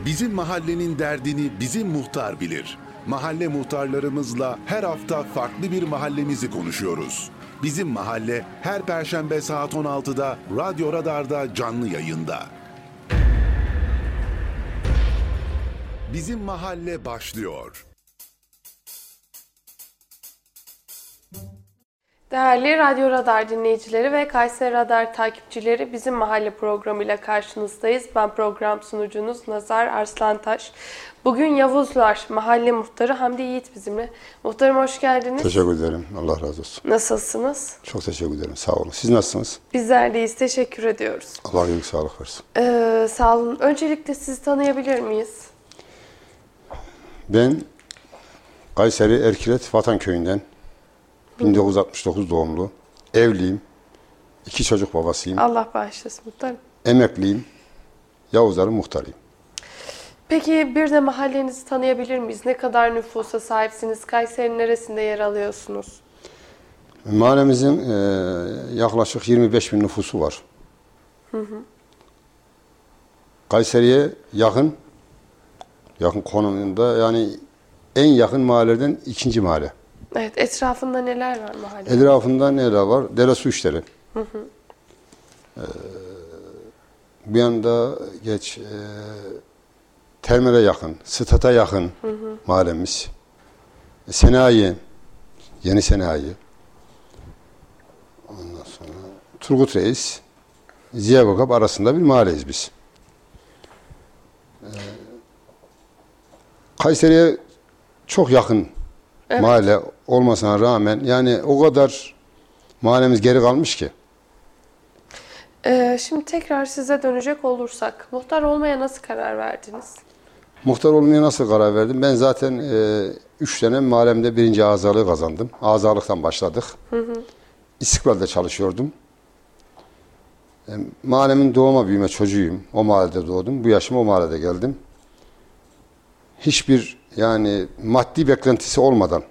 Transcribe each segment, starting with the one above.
Bizim mahallenin derdini bizim muhtar bilir. Mahalle muhtarlarımızla her hafta farklı bir mahallemizi konuşuyoruz. Bizim mahalle her Perşembe saat 16'da Radyo Radar'da canlı yayında. Bizim mahalle başlıyor. Değerli Radyo Radar dinleyicileri ve Kayseri Radar takipçileri, Bizim Mahalle programıyla karşınızdayız. Ben program sunucunuz Nazar Arslantaş. Bugün Yavuzlar Mahalle Muhtarı Hamdi Yiğit bizimle. Muhtarım hoş geldiniz. Teşekkür ederim. Allah razı olsun. Nasılsınız? Çok teşekkür ederim. Sağ olun. Siz nasılsınız? Bizler deyiz. Teşekkür ediyoruz. Allah iyilik sağlık versin. Sağ olun. Öncelikle sizi tanıyabilir miyiz? Ben Kayseri Erkilet Vatanköy'ünden 1969 doğumlu. Evliyim. 2 çocuk babasıyım. Allah bağışlasın muhtarım. Emekliyim. Yavuzların muhtarıyım. Peki bir de mahallenizi tanıyabilir miyiz? Ne kadar nüfusa sahipsiniz? Kayseri'nin neresinde yer alıyorsunuz? Mahallemizin yaklaşık 25 bin nüfusu var. Kayseri'ye yakın konumunda, yani en yakın mahallelerden ikinci mahalle. Evet, etrafında neler var mahalle? Etrafında neler var? Dere su işleri. Bir yanda termale yakın, stata yakın mahallemiz. Sanayi, yeni sanayi. Ondan sonra Turgut Reis, Ziya Gökalp arasında bir mahalleyiz biz. Kayseri'ye çok yakın mahalle olmasına rağmen, yani o kadar mahallemiz geri kalmış ki. Şimdi tekrar size dönecek olursak, muhtar olmaya nasıl karar verdiniz? Muhtar olmaya nasıl karar verdim? Ben zaten 3 sene mahallemde 1. azalığı kazandım. Azalıktan başladık. İstiklal'de çalışıyordum. Mahallemin doğma büyüme çocuğuyum. O mahallede doğdum. Bu yaşıma o mahallede geldim. Hiçbir maddi beklentisi olmadan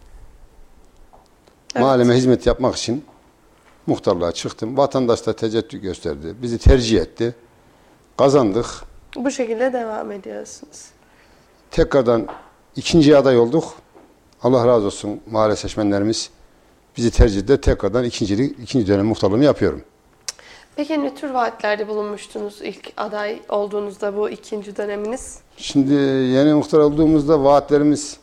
mahalleme hizmet yapmak için muhtarlığa çıktım. Vatandaş da teceddüt gösterdi. Bizi tercih etti. Kazandık. Bu şekilde devam ediyorsunuz. Tekrardan 2. aday olduk. Allah razı olsun, mahalle seçmenlerimiz bizi tercih etti. Tekrardan ikinci dönem muhtarlığımı yapıyorum. Peki ne tür vaatlerde bulunmuştunuz ilk aday olduğunuzda, bu ikinci döneminiz? Şimdi yeni muhtar olduğumuzda vaatlerimiz,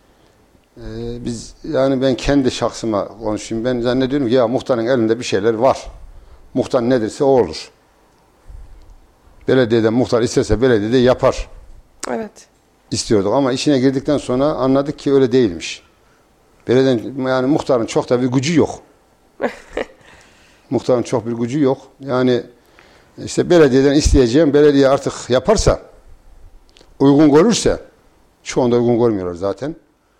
ben kendi şahsıma konuşayım. Ben zannediyorum ki ya muhtarın elinde bir şeyler var. Muhtar nedirse o olur. Belediyeden muhtar isterse belediyede yapar. Evet. İstiyorduk ama işine girdikten sonra anladık ki öyle değilmiş. Belediyenin, muhtarın çok da bir gücü yok. Muhtarın çok bir gücü yok. Yani işte belediyeden isteyeceğim, belediye artık yaparsa, uygun görürse, şu anda uygun görmüyorlar zaten.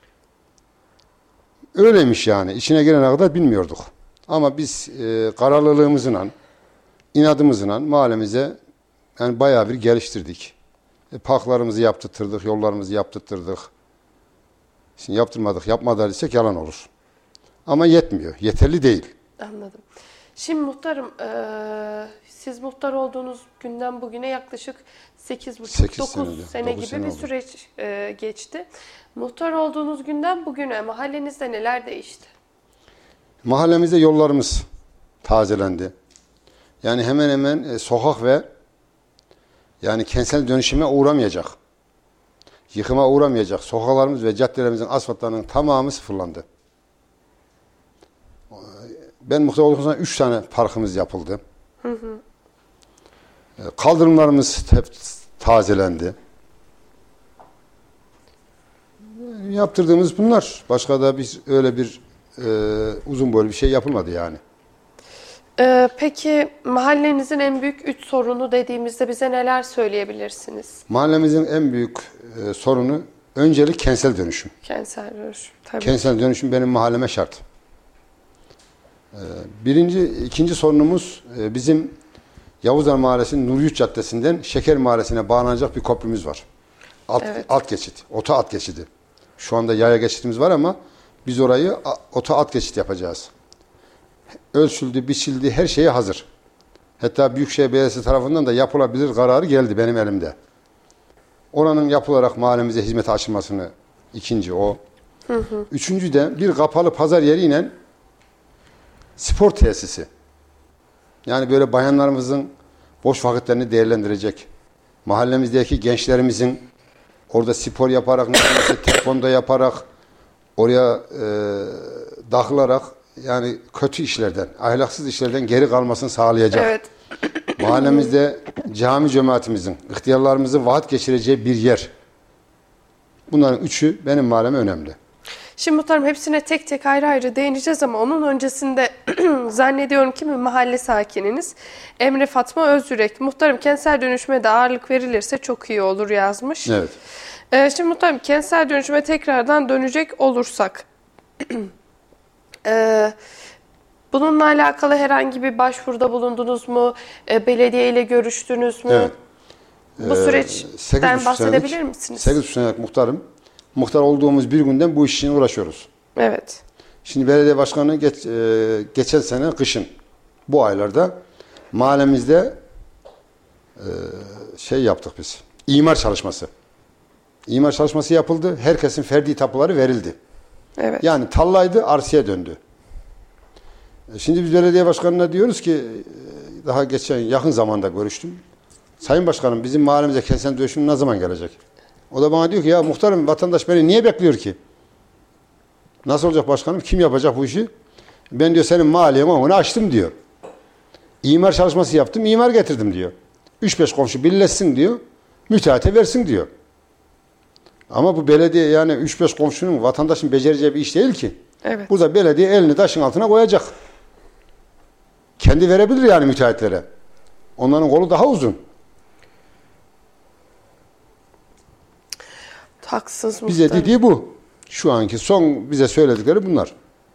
Öyleymiş yani. İçine girene kadar bilmiyorduk. Ama biz kararlılığımızla, inadımızla mahallemize bayağı bir geliştirdik. Parklarımızı yaptırtırdık, yollarımızı yaptırtırdık. Şimdi yaptırmadık, yapmadık desek yalan olur. Ama yetmiyor, yeterli değil. Anladım. Şimdi muhtarım, siz muhtar olduğunuz günden bugüne yaklaşık 8,5-9 sene gibi bir süreç geçti. Muhtar olduğunuz günden bugüne mahallenizde neler değişti? Mahallemizde yollarımız tazelendi. Yani hemen hemen sokak ve kentsel dönüşüme uğramayacak, yıkıma uğramayacak sokaklarımız ve caddelerimizin asfaltlarının tamamı sıfırlandı. Ben muhtar olduktan sonra 3 tane parkımız yapıldı. Kaldırımlarımız hep tazelendi. Yaptırdığımız bunlar. Başka da öyle bir uzun boylu bir şey yapılmadı yani. Peki mahallenizin en büyük 3 sorunu dediğimizde bize neler söyleyebilirsiniz? Mahallemizin en büyük sorunu öncelik kentsel dönüşüm. Kentsel dönüşüm. Tabii. Kentsel dönüşüm benim mahalleme şart. İkinci sorunumuz bizim Yavuzlar Mahallesi'nin Nuriyut Caddesi'nden Şeker Mahallesi'ne bağlanacak bir köprümüz var. Alt geçit, ota alt geçidi. Şu anda yaya geçitimiz var ama biz orayı ota alt geçit yapacağız. Ölçüldü, biçildi, her şeye hazır. Hatta Büyükşehir Belediyesi tarafından da yapılabilir kararı geldi benim elimde. Oranın yapılarak mahallemize hizmete açılmasını, ikinci o. Üçüncü de bir kapalı pazar yeriyle spor tesisi. Yani böyle bayanlarımızın boş vakitlerini değerlendirecek, mahallemizdeki gençlerimizin orada spor yaparak, tekvando yaparak, oraya dağılarak yani kötü işlerden, ahlaksız işlerden geri kalmasını sağlayacak. Evet. Mahallemizde cami cemaatimizin, ihtiyarlarımızın vaat geçireceği bir yer. Bunların üçü benim mahalleme önemli. Şimdi muhtarım hepsine tek tek ayrı ayrı değineceğiz ama onun öncesinde zannediyorum ki bir mahalle sakininiz Emre Fatma Özyürek. Muhtarım kentsel dönüşüme de ağırlık verilirse çok iyi olur yazmış. Evet. Şimdi muhtarım kentsel dönüşüme tekrardan dönecek olursak bununla alakalı herhangi bir başvuruda bulundunuz mu? Belediye ile görüştünüz mü? Evet. Bu süreçten bahsedebilir misiniz? 8,5 senelik muhtarım. Muhtar olduğumuz bir günden bu iş için uğraşıyoruz. Evet. Şimdi belediye başkanı geçen sene kışın bu aylarda mahallemizde şey yaptık biz. İmar çalışması. İmar çalışması yapıldı. Herkesin ferdi tapuları verildi. Evet. Yani tallaydı, arsaya döndü. Şimdi biz belediye başkanına diyoruz ki daha geçen yakın zamanda görüştüm. Sayın Başkanım bizim mahallemize kentsel dönüşüm ne zaman gelecek? O da bana diyor ki ya muhtarım vatandaş beni niye bekliyor ki? Nasıl olacak başkanım? Kim yapacak bu işi? Ben diyor senin mahalleye onu açtım diyor. İmar çalışması yaptım, imar getirdim diyor. 3-5 komşu birleşsin diyor. Müteahhite versin diyor. Ama bu belediye yani 3-5 komşunun vatandaşın becereceği bir iş değil ki. Evet. Burada belediye elini taşın altına koyacak. Kendi verebilir yani müteahhitlere. Onların kolu daha uzun. Haksız muhtarım. Bize dediği bu. Şu anki son bize söyledikleri bunlar.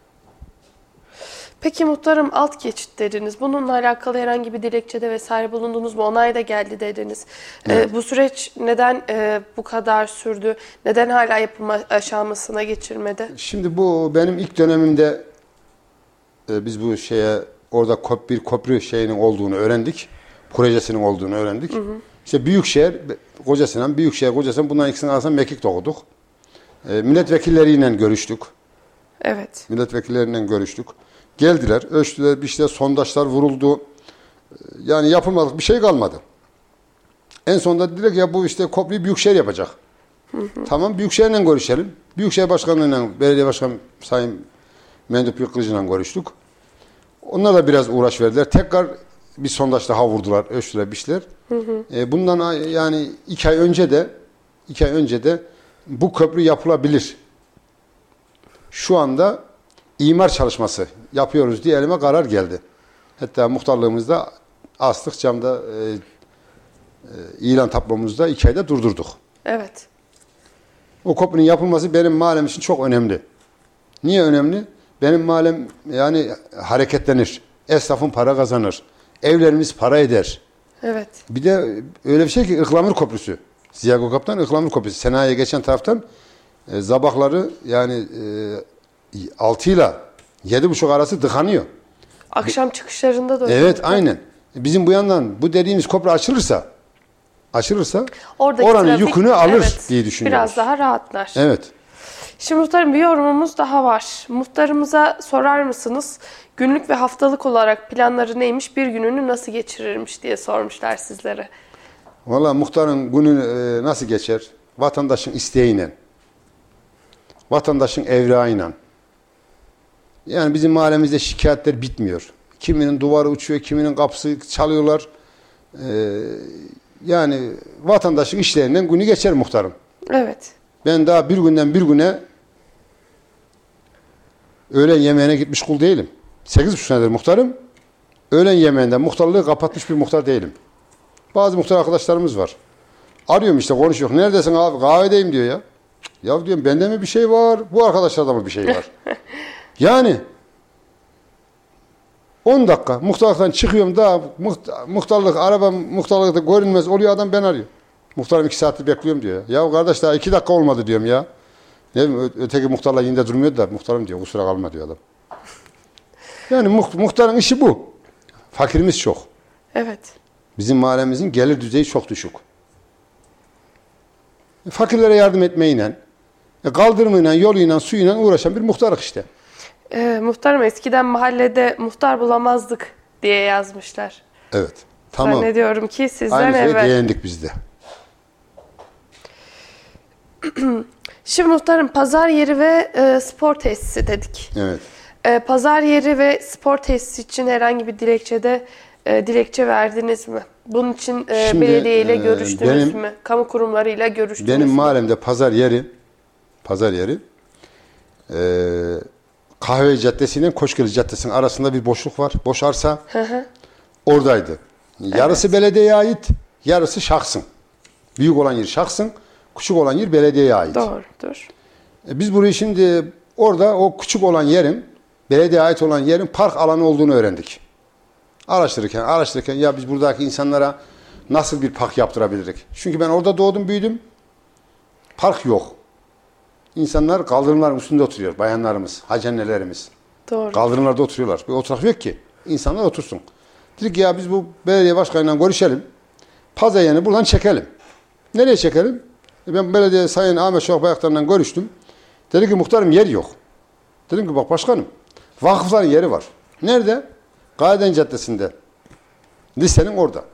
Peki muhtarım alt geçit dediniz. Bununla alakalı herhangi bir dilekçede vesaire bulundunuz mu? Onay da geldi dediniz. Evet. Bu süreç neden bu kadar sürdü? Neden hala yapım aşamasına geçilmedi? Şimdi bu benim ilk dönemimde biz bu orada bir köprü şeyinin olduğunu öğrendik. Projesinin olduğunu öğrendik. İşte Büyükşehir, Büyükşehir Kocasinan bunların ikisinin arasında mekik dokuduk. Milletvekilleriyle görüştük. Evet. Milletvekilleriyle görüştük. Geldiler, ölçtüler, biçtiler, sondajlar vuruldu. Yani yapılmadık bir şey kalmadı. En sonunda dediler ki ya bu işte köprüyü Büyükşehir yapacak. Tamam Büyükşehir'le görüşelim. Büyükşehir Başkanlığı'yla, Belediye Başkanı Sayın Mendup Yıkılıcı'yla görüştük. Onlar da biraz uğraş verdiler. Tekrar bir sondaj daha vurdular, ölçtüler, biçtiler. Bundan yani 2 ay önce de bu köprü yapılabilir. Şu anda imar çalışması yapıyoruz diye elime karar geldi. Hatta muhtarlığımızda astık camda ilan tablomuzda 2 ayda durdurduk. Evet. O köprünün yapılması benim mahallem için çok önemli. Niye önemli? Benim mahallem yani hareketlenir. Esnafın para kazanır. Evlerimiz para eder. Evet. Bir de öyle bir şey ki Ihlamur Köprüsü. Ziya Gökalp'tan Ihlamur Köprüsü. Senayi'ye geçen taraftan sabahları yani 6 ile 7.30 arası tıkanıyor. Akşam çıkışlarında da öyle. Evet aynen. Bizim bu yandan bu dediğimiz köprü açılırsa oradaki oranın trafik, yükünü alır evet, diye düşünüyoruz. biraz daha rahatlar. Evet. Şimdi muhtarım bir yorumumuz daha var. Muhtarımıza sorar mısınız? Günlük ve haftalık olarak planları neymiş, bir gününü nasıl geçirirmiş diye sormuşlar sizlere. Vallahi muhtarın günü nasıl geçer? Vatandaşın isteğiyle, vatandaşın evrağıyla. Yani bizim mahallemizde şikayetler bitmiyor. Kiminin duvarı uçuyor, kiminin kapısı çalıyorlar. Yani vatandaşın işlerinden günü geçer muhtarım. Evet. Ben daha bir günden bir güne öğlen yemeğine gitmiş kul değilim. 8,5 senedir muhtarım. Öğlen yemeğinden muhtarlığı kapatmış bir muhtar değilim. Bazı muhtar arkadaşlarımız var. Arıyorum işte konuşuyor. Neredesin abi? Kahvedeyim diyor ya. Ya diyorum bende mi bir şey var? Bu arkadaşlarda mı bir şey var? Yani 10 dakika muhtarlıktan çıkıyorum daha muhtarlıkta görünmez oluyor adam ben arıyor. Muhtarım 2 saattir bekliyorum diyor. Ya kardeş daha 2 dakika olmadı diyorum ya. Ne bileyim, öteki muhtarla yine durmuyordu da muhtarım diyor kusura kalma diyor adam. Yani muhtarın işi bu. Fakirimiz çok. Evet. Bizim mahallemizin gelir düzeyi çok düşük. Fakirlere yardım etmeyle, kaldırımıyla, yoluyla, suyuyla uğraşan bir muhtarlık işte. Muhtarım eskiden mahallede muhtar bulamazdık diye yazmışlar. Evet. Tamam. Zannediyorum ki sizden Aynı şeye evvel. değindik biz de. Şimdi muhtarım pazar yeri ve spor tesisi dedik. Evet. Pazar yeri ve spor tesisi için herhangi bir dilekçe verdiniz mi? Bunun için Şimdi, belediye ile görüştünüz benim- mü? Kamu kurumlarıyla görüştünüz Benim mü? mahallemde pazar yeri Kahve Caddesi ile Koşkeli Caddesi'nin arasında bir boşluk var. Boş arsa. Oradaydı. Yarısı belediyeye ait, yarısı şahsın. Büyük olan yer şahsın, küçük olan yer belediyeye ait. Doğrudur. Biz burayı şimdi orada o küçük olan yerin, belediyeye ait olan yerin park alanı olduğunu öğrendik. Araştırırken ya biz buradaki insanlara nasıl bir park yaptırabiliriz? Çünkü ben orada doğdum, büyüdüm. Park yok. İnsanlar kaldırımların üstünde oturuyor. Bayanlarımız, hacennelerimiz. Doğru. Kaldırımlarda oturuyorlar. Bir oturak yok ki. İnsanlar otursun. Dedik ya biz bu belediye başkanıyla görüşelim. Pazar yerini buradan çekelim. Nereye çekelim? Ben belediye sayın Ahmet Şovak Bayaktar'la görüştüm. Dedi ki muhtarım yer yok. Dedim ki bak başkanım vakıfların yeri var. Nerede? Gaden Caddesi'nde. Lisenin orada.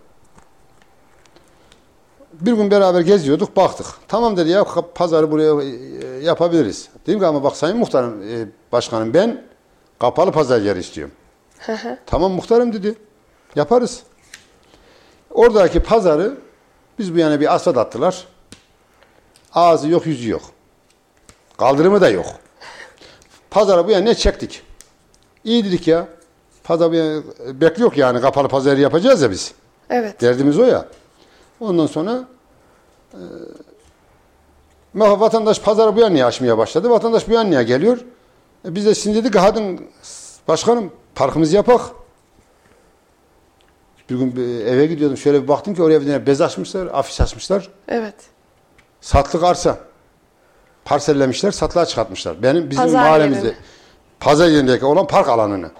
Bir gün beraber geziyorduk, baktık. Tamam dedi ya pazarı buraya yapabiliriz. Dedim ki ama bak sayın muhtarım, başkanım ben kapalı pazar yeri istiyorum. Tamam muhtarım dedi. Yaparız. Oradaki pazarı biz bu yana bir asfalt attılar. Ağzı yok, yüzü yok. Kaldırımı da yok. Pazarı bu yana çektik. İyi dedik ya. Pazar bu yana bekliyor yani kapalı pazarı yapacağız ya biz. Evet. Derdimiz o ya. Ondan sonra vatandaş pazarı bu yana açmaya başladı. Vatandaş bu yana geliyor. Biz de şimdi dedik hadi başkanım parkımızı yapak. Bir gün eve gidiyordum. Şöyle bir baktım ki oraya bir bez açmışlar, afiş açmışlar. Evet. Satlık arsa. Parsellemişler, satlığa çıkartmışlar. Bizim Pazar mahallemizde yerini. pazar yerindeki olan park alanını.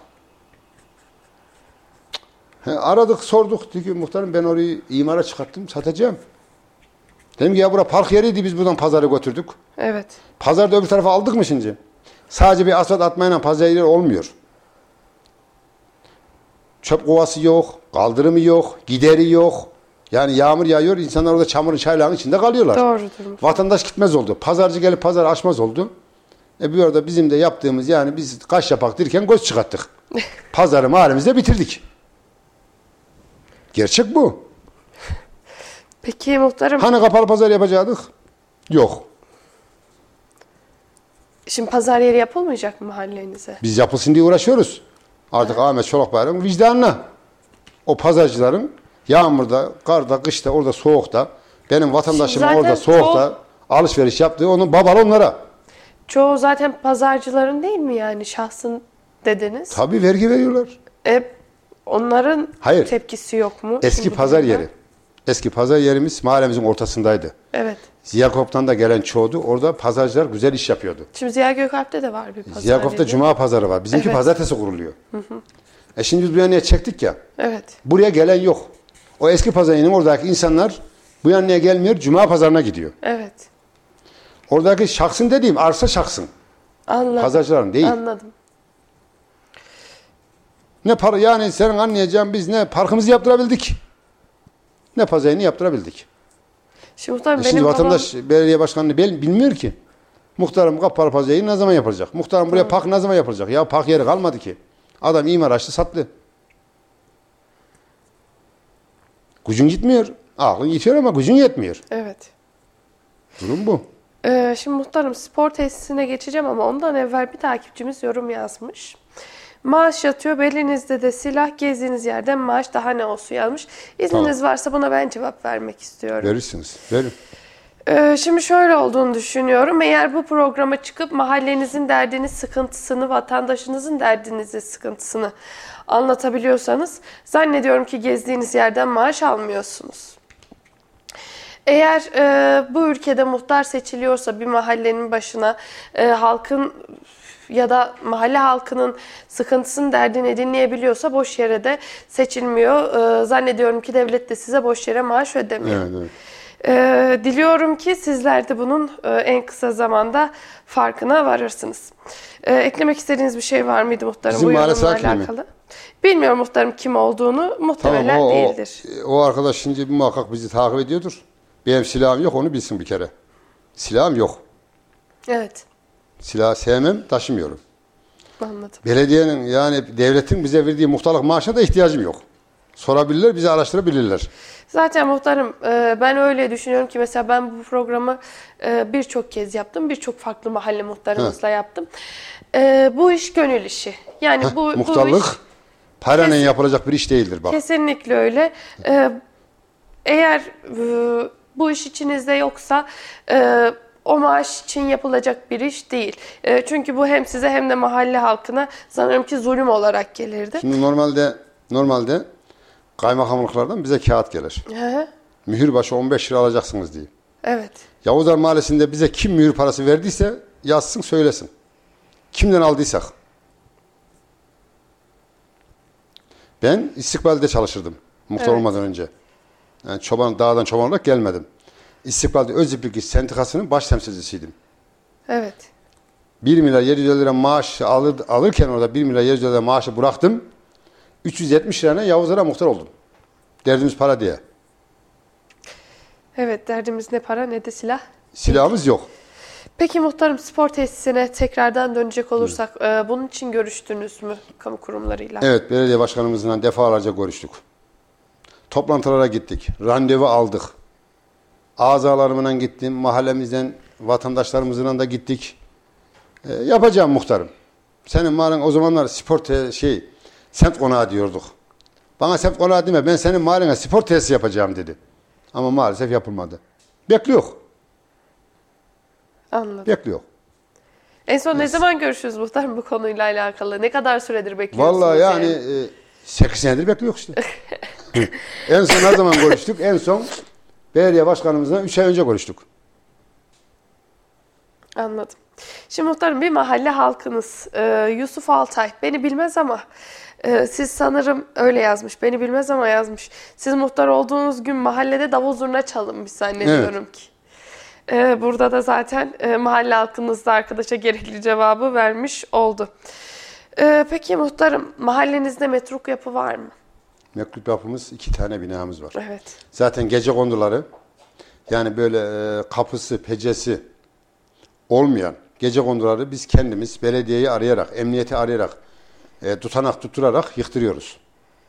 Aradık, sorduk. Dedi ki muhtarım ben orayı imara çıkarttım, satacağım. Dedim ki ya bura park yeriydi, biz buradan pazarı götürdük. Evet. Pazarda öbür tarafa aldık mı şimdi? Sadece bir asfalt atmayla pazar yeri olmuyor. Çöp kovası yok, kaldırımı yok, gideri yok. Yani yağmur yağıyor, insanlar orada çamurun çaylağın içinde kalıyorlar. Doğrudur. Vatandaş gitmez oldu. Pazarcı gelip pazar açmaz oldu. Bir arada bizim de yaptığımız yani biz kaş yapak derken göz çıkarttık. Pazarı mahallemizde bitirdik. Gerçek bu. Peki muhtarım, Hani kapalı pazar yapacaktık? Yok. şimdi pazar yeri yapılmayacak mı mahallenize? Biz yapılsın diye uğraşıyoruz. Artık Ahmet Çolak Bayrak'ın vicdanına. O pazarcıların yağmurda, karda, kışta, orada soğukta, benim vatandaşım Zaten orada soğukta alışveriş yaptığı onun babalı onlara. Çoğu zaten pazarcıların değil mi yani şahsın dediniz? Tabii vergi veriyorlar. Onların Hayır. tepkisi yok mu? Eski şimdi pazar burada? yeri. Eski pazar yerimiz mahallemizin ortasındaydı. Evet. Ziyakop'tan da gelen çoğudu. Orada pazarcılar güzel iş yapıyordu. Şimdi Ziya Gökalp'te de var bir pazar Ziyakop'ta yeri. cuma pazarı var. Bizimki Evet. pazartesi kuruluyor. Şimdi biz bu yanıya çektik ya. Evet. Buraya gelen yok. O eski pazar yerinin oradaki insanlar bu yanıya gelmiyor. Cuma pazarına gidiyor. Evet. Oradaki şahsın dediğim arsa şahsın. Anladım. Pazarcıların değil. Anladım. Ne para yani senin anlayacağın biz ne parkımızı yaptırabildik. Ne pazarını yaptırabildik. Şimdi muhtarım Şimdi benim vatandaş belediye başkanını bilmiyor ki. Muhtarım kapalı pazarı ne zaman yapılacak? Muhtarım buraya park ne zaman yapılacak? Ya park yeri kalmadı ki. Adam imar açtı sattı. Gücün gitmiyor. Aklın yetiyor ama gücün yetmiyor. Evet. Durum bu. Şimdi muhtarım spor tesisine geçeceğim ama ondan evvel bir takipçimiz yorum yazmış. Maaş yatıyor belinizde de silah, gezdiğiniz yerden maaş daha ne olsun yazmış. İzniniz varsa buna ben cevap vermek istiyorum. Verirsiniz. Verin. Şimdi şöyle olduğunu düşünüyorum. Eğer bu programa çıkıp mahallenizin derdini, sıkıntısını, vatandaşınızın derdinizi, sıkıntısını anlatabiliyorsanız zannediyorum ki gezdiğiniz yerden maaş almıyorsunuz. Eğer bu ülkede muhtar seçiliyorsa bir mahallenin başına halkın ya da mahalle halkının sıkıntısını, derdini dinleyebiliyorsa boş yere de seçilmiyor. Zannediyorum ki devlet de size boş yere maaş ödemiyor. Evet, evet. Diliyorum ki sizler de bunun en kısa zamanda farkına varırsınız. Eklemek istediğiniz bir şey var mıydı muhtarım Bizim bu mahalle yorumla sakini mi? alakalı? Bilmiyorum muhtarım kim olduğunu, muhtemelen Tamam, değildir. o arkadaş şimdi muhakkak bizi takip ediyordur. Benim silahım yok, onu bilsin bir kere. Silahım yok. Evet, Silah sevmem, taşımıyorum. anladım. Belediyenin yani devletin bize verdiği muhtarlık maaşına da ihtiyacım yok. Sorabilirler, bizi araştırabilirler. Zaten muhtarım ben öyle düşünüyorum ki mesela ben bu programı birçok kez yaptım. Birçok farklı mahalle muhtarımızla yaptım. Bu iş gönül işi. Yani bu Muhtarlık iş parayla yapılacak bir iş değildir bak. kesinlikle öyle. Eğer bu iş içinizde yoksa o maaş için yapılacak bir iş değil. Çünkü bu hem size hem de mahalle halkına sanırım ki zulüm olarak gelirdi. Şimdi normalde kaymakamlıklardan bize kağıt gelir. Hı hı. Mühür başı 15 lira alacaksınız diye. Evet. Yavuzlar Mahallesi'nde bize kim mühür parası verdiyse yazsın söylesin. Kimden aldıysak. Ben istikbalde çalışırdım. Muhtar olmadan önce. Yani dağdan çoban olarak gelmedim. İstikbalde Öziplik Sendikası'nın baş temsilcisiydim. Evet. 1 milyar 750 lira maaş alırken orada 1 milyar 750 lira maaşı bıraktım. 370 lirayla Yavuzlara muhtar oldum. Derdimiz para diye. Evet, derdimiz ne para ne de silah. Silahımız yok. Peki muhtarım spor tesisine tekrardan dönecek olursak bunun için görüştünüz mü kamu kurumlarıyla? Evet, belediye başkanımızla defalarca görüştük. Toplantılara gittik. Randevu aldık. Azalarımla gittim. Mahallemizden vatandaşlarımızla da gittik. Yapacağım muhtarım. Senin mahallen o zamanlar semt konağı diyorduk. Bana semt konağı deme, ben senin mahallene spor tesisi yapacağım dedi. Ama maalesef yapılmadı. Bekliyor. Anladım. Bekliyor. En son ne zaman görüşürüz muhtarım bu konuyla alakalı? Ne kadar süredir bekliyorsunuz? Vallahi yani 8 senedir bekliyor işte. En son ne zaman görüştük? En son belediye başkanımızla 3 ay önce görüştük. Anladım. Şimdi muhtarım bir mahalle halkınız Yusuf Altay beni bilmez ama siz sanırım öyle yazmış. Beni bilmez ama yazmış. Siz muhtar olduğunuz gün mahallede davul zurna çalınmış zannediyorum ki. Burada da zaten mahalle halkınız da arkadaşa gerekli cevabı vermiş oldu. Peki muhtarım mahallenizde metruk yapı var mı? Metruk yapımız 2 tane binamız var. Evet. Zaten gecekonduları yani böyle kapısı, pecesi olmayan gecekonduları biz kendimiz belediyeyi arayarak, emniyeti arayarak, tutanak tutturarak yıktırıyoruz.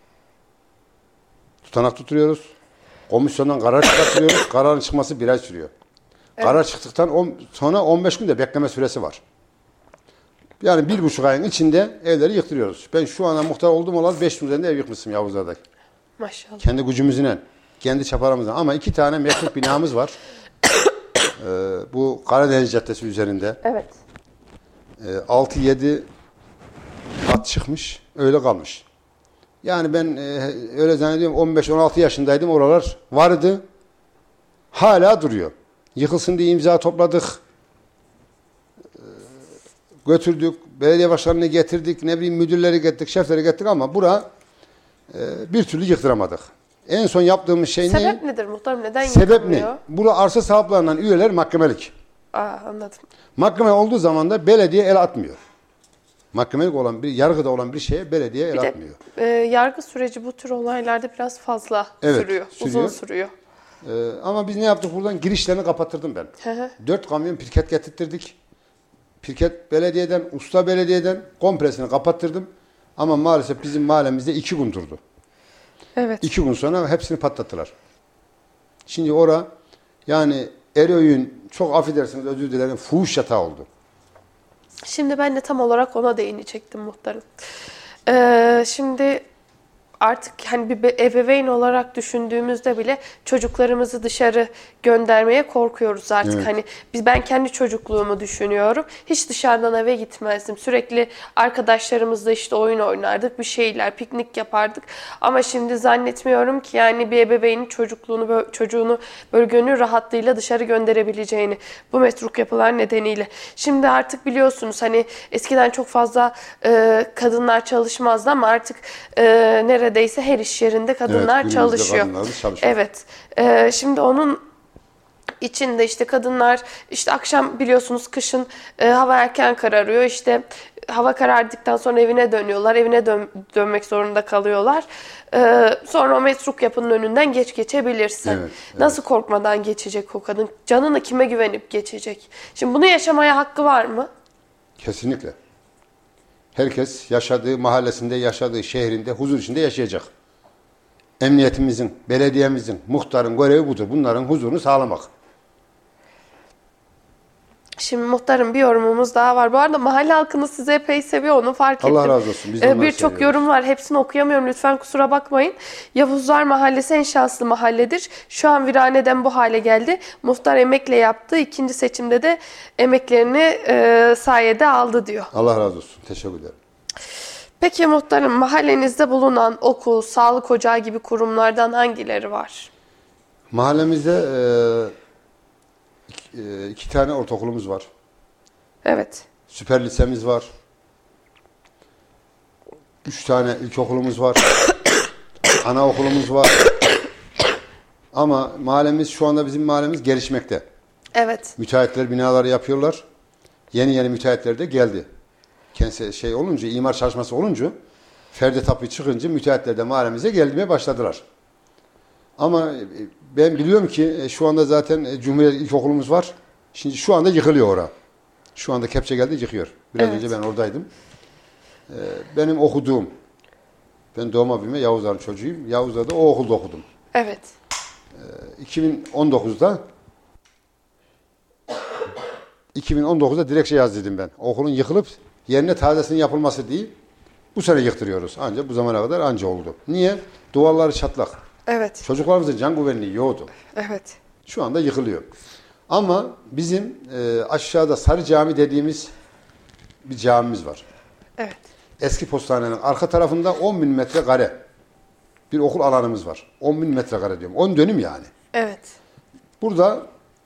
Tutanak tutturuyoruz. Komisyondan karar çıkartıyoruz. Kararın çıkması 1 ay sürüyor. Evet. Karar çıktıktan sonra 15 günde bekleme süresi var. Yani 1,5 ayın içinde evleri yıktırıyoruz. Ben şu anda muhtar olduğum olarak 5 üzerinde ev yıkmışım Yavuzlar'daki. Maşallah. Kendi gücümüzle, kendi çaparamızla. Ama 2 tane metruk binamız var. Bu Karadeniz Caddesi üzerinde. Evet. 6-7 kat çıkmış, öyle kalmış. Yani ben öyle zannediyorum 15-16 yaşındaydım, oralar vardı. Hala duruyor. Yıkılsın diye imza topladık. Götürdük, belediye başkanını getirdik, ne bileyim müdürleri getirdik, şefleri getirdik ama bir türlü yıktıramadık. En son yaptığımız şey ne? Sebep nedir muhtarım? Neden Sebep yıkılmıyor? ne? Burada arsa sahiplerinin üyeler mahkemelik. Anladım. Mahkeme olduğu zaman da belediye el atmıyor. Mahkemelik olan yargıda olan bir şeye belediye el atmıyor. Yargı süreci bu tür olaylarda biraz fazla sürüyor. Uzun sürüyor. Ama biz ne yaptık buradan? Girişlerini kapattırdım ben. 4 kamyon pirket getirttirdik. Pirket belediyeden, usta belediyeden kompresini kapattırdım. Ama maalesef bizim mahallemizde 2 gün durdu. Evet. 2 gün sonra hepsini patlattılar. Şimdi yani Ereğin çok affedersiniz özür dilerim fuhuş yatağı oldu. Şimdi ben de tam olarak ona değinecektim muhtarım. Şimdi artık hani bir ebeveyn olarak düşündüğümüzde bile çocuklarımızı dışarı göndermeye korkuyoruz artık. Evet. Hani ben kendi çocukluğumu düşünüyorum. Hiç dışarıdan eve gitmezdim. Sürekli arkadaşlarımızla işte oyun oynardık, bir şeyler, piknik yapardık. Ama şimdi zannetmiyorum ki yani bir ebeveynin çocuğunu böyle gönül rahatlığıyla dışarı gönderebileceğini bu metruk yapılar nedeniyle. Şimdi artık biliyorsunuz hani eskiden çok fazla kadınlar çalışmazdı ama artık neredeyse her iş yerinde kadınlar evet, çalışıyor. kadınlar çalışıyor. Evet. Şimdi onun içinde işte kadınlar işte akşam biliyorsunuz kışın hava erken kararıyor. İşte hava karardıktan sonra evine dönüyorlar. Evine dönmek zorunda kalıyorlar. Sonra o metruk yapının önünden geçebilirsin. Evet, evet. Nasıl korkmadan geçecek o kadın? Canını kime güvenip geçecek? Şimdi bunu yaşamaya hakkı var mı? Kesinlikle. Herkes yaşadığı mahallesinde, yaşadığı şehrinde huzur içinde yaşayacak. Emniyetimizin, belediyemizin, muhtarın görevi budur. Bunların huzurunu sağlamak. Şimdi muhtarım bir yorumumuz daha var. Bu arada mahalle halkını size epey seviyor, onu fark ettim. Allah razı olsun. Biz de onları Birçok seviyoruz. yorum var. Hepsini okuyamıyorum. Lütfen kusura bakmayın. Yavuzlar Mahallesi en şanslı mahalledir. Şu an viraneden bu hale geldi. Muhtar emekle yaptı. İkinci seçimde de emeklerini sayede aldı diyor. Allah razı olsun. Teşekkür ederim. Peki muhtarım, mahallenizde bulunan okul, sağlık ocağı gibi kurumlardan hangileri var? Mahallemizde iki tane ortaokulumuz var. Evet. Süper lisemiz var. 3 tane ilkokulumuz var. Anaokulumuz var. Ama mahallemiz şu anda bizim mahallemiz gelişmekte. Evet. Müteahhitler binaları yapıyorlar. Yeni müteahhitler de geldi. Kendisi olunca, imar çalışması olunca, Ferdi Tapu çıkınca müteahhitler de mahallemize gelmeye başladılar. Ama ben biliyorum ki şu anda zaten Cumhuriyet İlkokulumuz var. Şimdi şu anda yıkılıyor orada. Şu anda kepçe geldi yıkıyor. Biraz önce ben oradaydım. Benim okuduğum, ben doğma büyüme Yavuzların çocuğuyum. Yavuz'da da o okulda okudum. Evet. 2019'da dilekçe yazdıydım ben. Okulun yıkılıp yerine tazesinin yapılması değil. Bu sene yıktırıyoruz. Ancak bu zamana kadar anca oldu. Niye? Duvarları çatlak. Evet. Çocuklarımızın can güvenliği yoktu. Evet. Şu anda yıkılıyor. Ama bizim aşağıda Sarı Cami dediğimiz bir camimiz var. Evet. Eski postanenin arka tarafında 10.000 metrekare bir okul alanımız var. 10.000 metrekare diyorum. 10 dönüm yani. Evet. Burada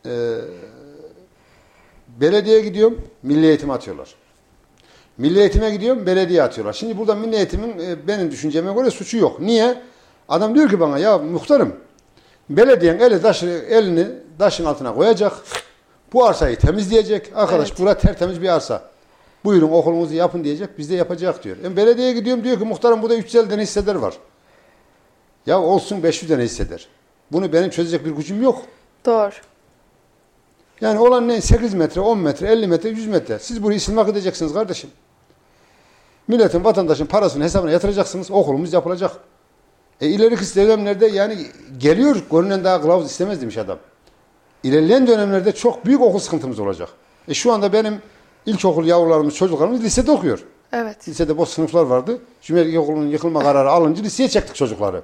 belediyeye gidiyorum, milli eğitime atıyorlar. Milli eğitime gidiyorum, belediye atıyorlar. Şimdi burada milli eğitimin benim düşünceme göre suçu yok. Niye? Adam diyor ki bana, ya muhtarım, belediyen elini taşın altına koyacak, bu arsayı temizleyecek. Arkadaş Evet. Burası tertemiz bir arsa. Buyurun okulumuzu yapın diyecek, biz de yapacak diyor. Belediyeye gidiyorum, diyor ki muhtarım burada 350 tane hisseler var. Ya olsun 500 tane hisseder. Bunu benim çözecek bir gücüm yok. Doğru. Yani olan ne? 8 metre, 10 metre, 50 metre, 100 metre. Siz burayı silmek edeceksiniz kardeşim. Milletin, vatandaşın parasını hesabına yatıracaksınız. Okulumuz yapılacak. İleriki dönemlerde yani geliyor, görünen daha kılavuz istemez demiş adam. İlerleyen dönemlerde çok büyük okul sıkıntımız olacak. Şu anda benim ilkokul yavrularımız, çocuklarımız lisede okuyor. Evet. Lisede boş sınıflar vardı. Cumhuriyet İlkokulu'nun yıkılma kararı alınca liseye çektik çocukları.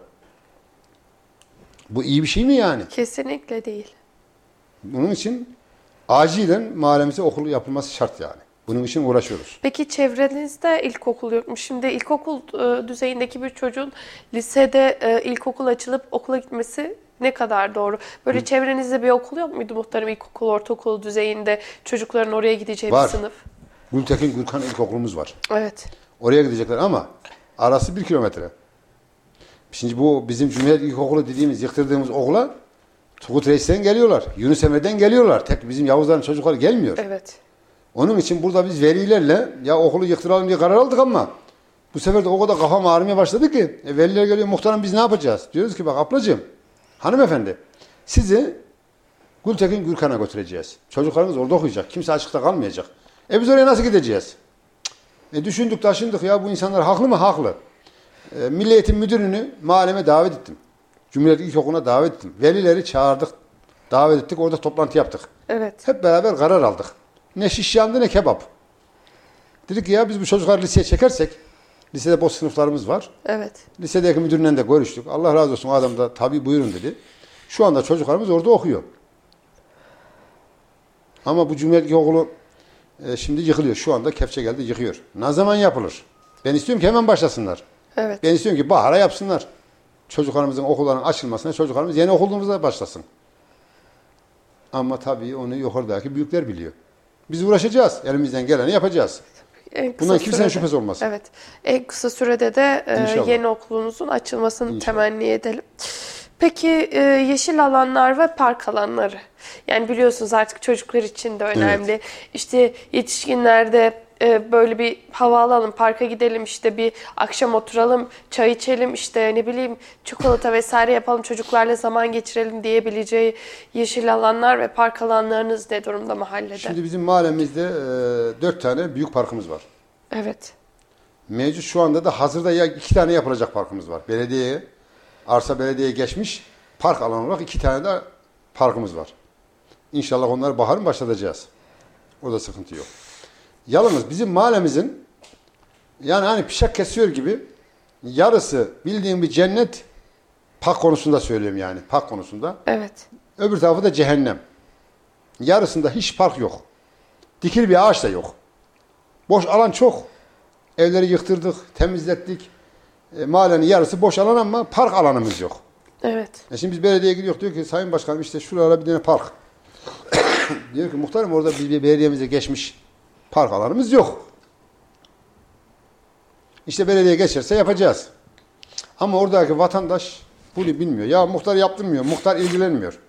Bu iyi bir şey mi yani? Kesinlikle değil. Bunun için acilen mahallemize okul yapılması şart yani. Bunun için uğraşıyoruz. Peki çevrenizde ilkokul yokmuş. Şimdi ilkokul düzeyindeki bir çocuğun lisede ilkokul açılıp okula gitmesi ne kadar doğru? Böyle çevrenizde bir okul yok muydu muhtarım, ilkokul, ortaokul düzeyinde çocukların oraya gideceği Var. bir sınıf? Gültekin Gürkan İlkokulumuz var. Evet. Oraya gidecekler ama arası 1 kilometre. Şimdi bu bizim Cumhuriyet İlkokulu dediğimiz, yıktırdığımız okula Turgut Reis'ten geliyorlar. Yunus Emre'den geliyorlar. Tek bizim Yavuzların çocukları gelmiyor. Evet. Onun için burada biz velilerle ya okulu yıktıralım diye karar aldık ama bu sefer de o kadar kafam ağrımaya başladı ki veliler geliyor, muhtarım biz ne yapacağız? Diyoruz ki bak ablacığım, hanımefendi sizi Gültekin Gürkan'a götüreceğiz. Çocuklarımız orada okuyacak. Kimse açıkta kalmayacak. Biz oraya nasıl gideceğiz? Düşündük taşındık ya, bu insanlar haklı mı? Haklı. Milli Eğitim Müdürünü mahalleme davet ettim. Cumhuriyet İlkokulu'na davet ettim. Velileri çağırdık. Davet ettik. Orada toplantı yaptık. Evet. Hep beraber karar aldık. Ne şiş yandı ne kebap. Dedik ki ya biz bu çocukları liseye çekersek, lisede boş sınıflarımız var. Evet. Lisedeki müdürle de görüştük. Allah razı olsun, o adam da tabii buyurun dedi. Şu anda çocuklarımız orada okuyor. Ama bu Cumhuriyet İlkokulu şimdi yıkılıyor. Şu anda kepçe geldi yıkıyor. Ne zaman yapılır? Ben istiyorum ki hemen başlasınlar. Evet. Ben istiyorum ki bahara yapsınlar. Çocuklarımızın okullarının açılmasına, çocuklarımız yeni okulumuzda başlasın. Ama tabii onu yukarıdaki büyükler biliyor. Biz uğraşacağız. Elimizden geleni yapacağız. Bundan kimsenin şüphesi olmasın. Evet. En kısa sürede de İnşallah. yeni okulunuzun açılmasını İnşallah. temenni edelim. Peki yeşil alanlar ve park alanları. Yani biliyorsunuz artık çocuklar için de önemli. Evet. İşte yetişkinlerde böyle bir hava alalım, parka gidelim, işte bir akşam oturalım, çay içelim, işte ne bileyim çikolata vesaire yapalım, çocuklarla zaman geçirelim diyebileceği yeşil alanlar ve park alanlarınız ne durumda mahallede? Şimdi bizim mahallemizde 4 tane büyük parkımız var. Evet. Mevcut şu anda da hazırda ya 2 tane yapılacak parkımız var. Belediyeye geçmiş park alanı olarak 2 tane de parkımız var. İnşallah onları baharın başlatacağız. Orada sıkıntı yok. Yalnız bizim mahallemizin yani hani pişak kesiyor gibi yarısı bildiğim bir cennet, park konusunda söylüyorum yani, park konusunda. Evet. Öbür tarafı da cehennem. Yarısında hiç park yok. Dikili bir ağaç da yok. Boş alan çok. Evleri yıktırdık, temizlettik. Mahallenin yarısı boş alan ama park alanımız yok. Evet. Şimdi biz belediyeye gidiyoruz, diyor ki Sayın Başkanım işte şurada bir tane park. Diyor ki muhtarım orada bir belediyemize geçmiş park alanımız yok. İşte belediye geçerse yapacağız. Ama oradaki vatandaş bunu bilmiyor. Ya muhtar yaptırmıyor, muhtar ilgilenmiyor.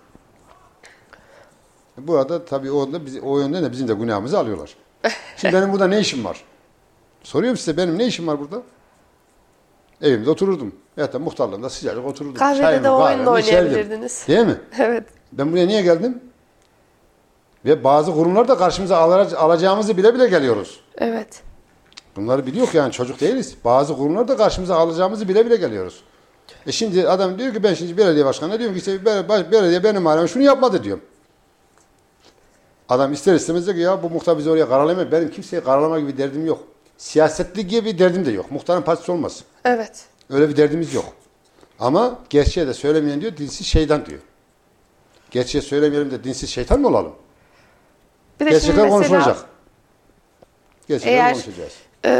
Burada tabii o yönden de bizim de günahımızı alıyorlar. Şimdi benim burada ne işim var? Soruyorum size, benim ne işim var burada? Evimde otururdum. Ya da muhtarlığında sıcacık otururdum. Kahvede de oyun da içerdim. oynayabilirdiniz. Değil mi? Evet. Ben buraya niye geldim? Ve bazı kurumlar da karşımıza alacağımızı bile bile geliyoruz. Evet. Bunları biliyor yani, çocuk değiliz. Bazı kurumlar da karşımıza alacağımızı bile bile geliyoruz. Şimdi adam diyor ki ben şimdi belediye başkanına diyorum ki işte belediye benim mahalleme şunu yapmadı diyorum. Adam ister istemez diyor ki ya bu muhtar bizi oraya karalamıyor. Benim kimseye karalama gibi derdim yok. Siyasetli gibi bir derdim de yok. Muhtarın partisi olmaz. Evet. Öyle bir derdimiz yok. Ama gerçeği de söylemeyen diyor, dinsiz şeytan diyor. Gerçeği söylemeyelim de dinsiz şeytan mı olalım? Bir de Gerçekler şimdi mesela konuşulacak. Gerçekler eğer konuşacağız.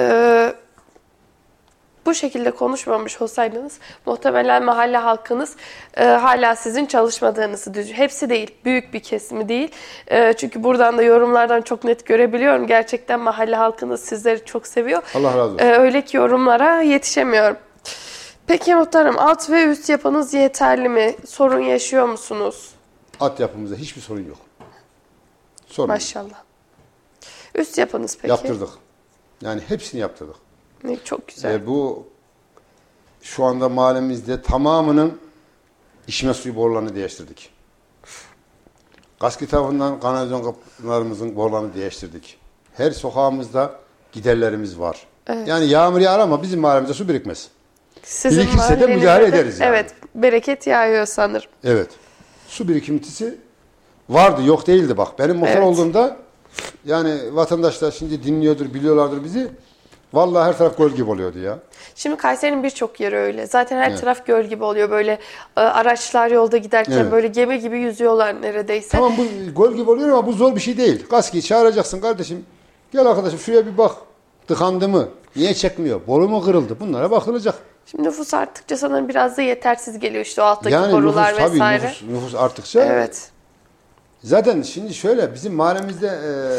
Bu şekilde konuşmamış olsaydınız muhtemelen mahalle halkınız hala sizin çalışmadığınızı düşünüyor. Hepsi değil, büyük bir kesimi değil. Çünkü buradan da yorumlardan çok net görebiliyorum. Gerçekten mahalle halkınız sizleri çok seviyor. Allah razı olsun. Öyle ki yorumlara yetişemiyorum. Peki muhtarım, alt ve üst yapınız yeterli mi? Sorun yaşıyor musunuz? At yapımızda hiçbir sorun yok. Sorun yok. Maşallah. Üst yapınız peki? Yaptırdık. Yani hepsini yaptırdık. Ne çok güzel. Bu şu anda mahallemizde tamamının içme suyu borularını değiştirdik. Kaski tarafından kanalizasyon kapılarımızın borularını değiştirdik. Her sokağımızda giderlerimiz var. Evet. Yani yağmur yağar ama bizim mahallemizde su birikmez. Sizin birikirse de mahallenizde müdahale ederiz yani. Evet, bereket yağıyor sanırım. Evet. Su birikintisi vardı, yok değildi bak. Benim muhtar Evet. olduğumda yani vatandaşlar şimdi dinliyordur, biliyorlardır bizi. Vallahi her taraf göl gibi oluyordu ya. Şimdi Kayseri'nin birçok yeri öyle. Zaten her Evet. taraf göl gibi oluyor. Böyle araçlar yolda giderken Evet. böyle gemi gibi yüzüyorlar neredeyse. Tamam bu göl gibi oluyor ama bu zor bir şey değil. Kaskiyi çağıracaksın kardeşim. Gel arkadaşım şuraya bir bak. Tıkandı mı? Niye çekmiyor? Boru mu kırıldı? Bunlara bakılacak. Şimdi nüfus arttıkça sanırım biraz da yetersiz geliyor işte o alttaki Yani borular nüfus, vesaire. tabii nüfus arttıkça. Evet. Zaten şimdi şöyle bizim mahallemizde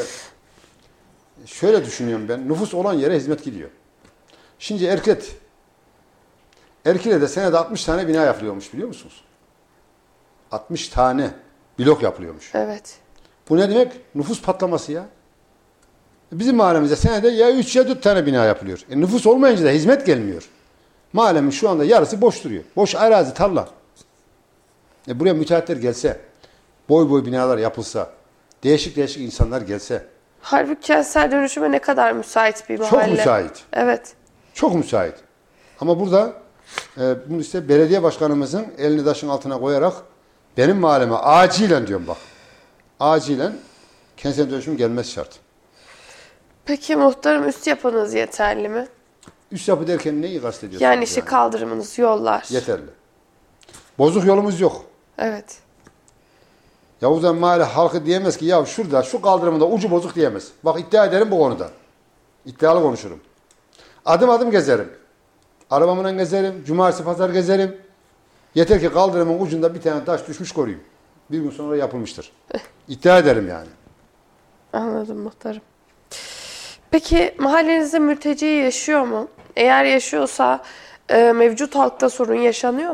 şöyle düşünüyorum ben. Nüfus olan yere hizmet gidiyor. Şimdi Erkile'de senede 60 tane bina yapılıyormuş biliyor musunuz? 60 tane blok yapılıyormuş. Evet. Bu ne demek? Nüfus patlaması ya. Bizim mahallemizde senede ya 3 ya 4 tane bina yapılıyor. Nüfus olmayınca da hizmet gelmiyor. Mahallemin şu anda yarısı boş duruyor. Boş arazi, tarla. Buraya müteahhitler gelse, boy boy binalar yapılsa, değişik değişik insanlar gelse. Halbuki kentsel dönüşüme ne kadar müsait bir mahalle. Çok müsait. Evet. Çok müsait. Ama burada bunu işte belediye başkanımızın elini taşın altına koyarak benim mahalleme acilen diyorum bak. Acilen kentsel dönüşüm gelmesi şart. Peki muhtarım, üst yapınız yeterli mi? Üst yapı derken neyi kastediyorsunuz? Yani işte kaldırımınız, yollar. Yeterli. Bozuk yolumuz yok. Evet. Yavuzan mahalle halkı diyemez ki ya şurada şu kaldırımında ucu bozuk diyemez. Bak iddia ederim bu konuda. İddialı konuşurum. Adım adım gezerim. Arabamla gezerim. Cumartesi pazar gezerim. Yeter ki kaldırımın ucunda bir tane taş düşmüş koruyayım. Bir gün sonra yapılmıştır. İddia ederim yani. Anladım muhtarım. Peki mahallenizde mülteci yaşıyor mu? Eğer yaşıyorsa mevcut halkta sorun yaşanıyor mu?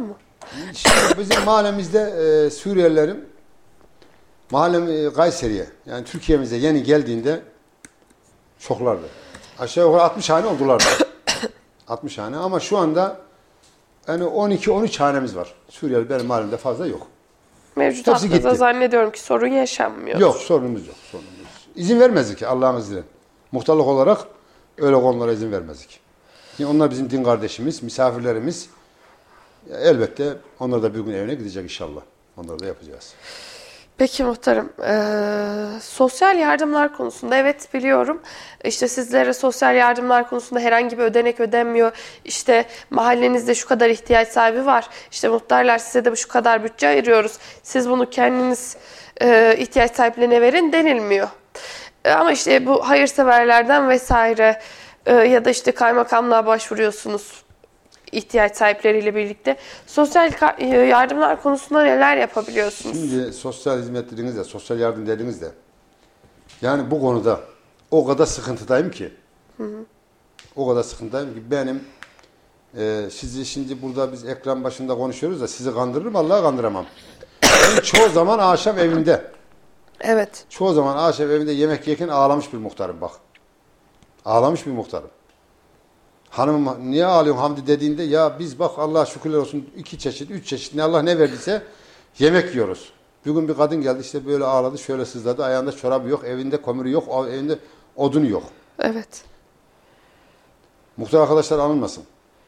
Şimdi bizim mahallemizde Suriyelilerin Kayseri'ye yani Türkiye'mize yeni geldiğinde çoklardı. Aşağı yukarı 60 hane oldular. 60 hane ama şu anda yani 12-13 hanemiz var. Suriyeli benim mahallemde fazla yok. Mevcut Hepsi hakkında gitti. zannediyorum ki sorun yaşanmıyor. Yok sorunumuz yok. İzin vermezdik Allah'ın izniyle. Muhtarlık olarak öyle konulara izin vermezdik. Yani onlar bizim din kardeşimiz, misafirlerimiz. Ya elbette onlar da bir gün evine gidecek inşallah. Onları da yapacağız. Peki muhtarım, sosyal yardımlar konusunda evet biliyorum. İşte sizlere sosyal yardımlar konusunda herhangi bir ödenek ödenmiyor. İşte mahallenizde şu kadar ihtiyaç sahibi var. İşte muhtarlar size de şu kadar bütçe ayırıyoruz. Siz bunu kendiniz ihtiyaç sahiplerine verin denilmiyor. Ama işte bu hayırseverlerden vesaire ya da işte kaymakamlığa başvuruyorsunuz ihtiyaç sahipleriyle birlikte. Sosyal yardımlar konusunda neler yapabiliyorsunuz? Şimdi sosyal hizmet dediğinizde, sosyal yardım dediğinizde yani bu konuda o kadar sıkıntıdayım ki o kadar sıkıntıdayım ki benim sizi şimdi burada biz ekran başında konuşuyoruz da sizi kandırırım Allah'ı kandıramam. Ben çoğu zaman akşam evimde Evet. çoğu zaman akşam evimde yemek yerken ağlamış bir muhtarım bak. Ağlamış bir muhtarım. Hanımım niye ağlıyorsun Hamdi dediğinde ya biz bak Allah'a şükürler olsun 2 çeşit 3 çeşit ne Allah ne verdiyse yemek yiyoruz. Bugün bir kadın geldi işte böyle ağladı şöyle sızladı ayağında çorabı yok evinde kömürü yok evinde odunu yok. Evet. Muhtar arkadaşlar anılmasın.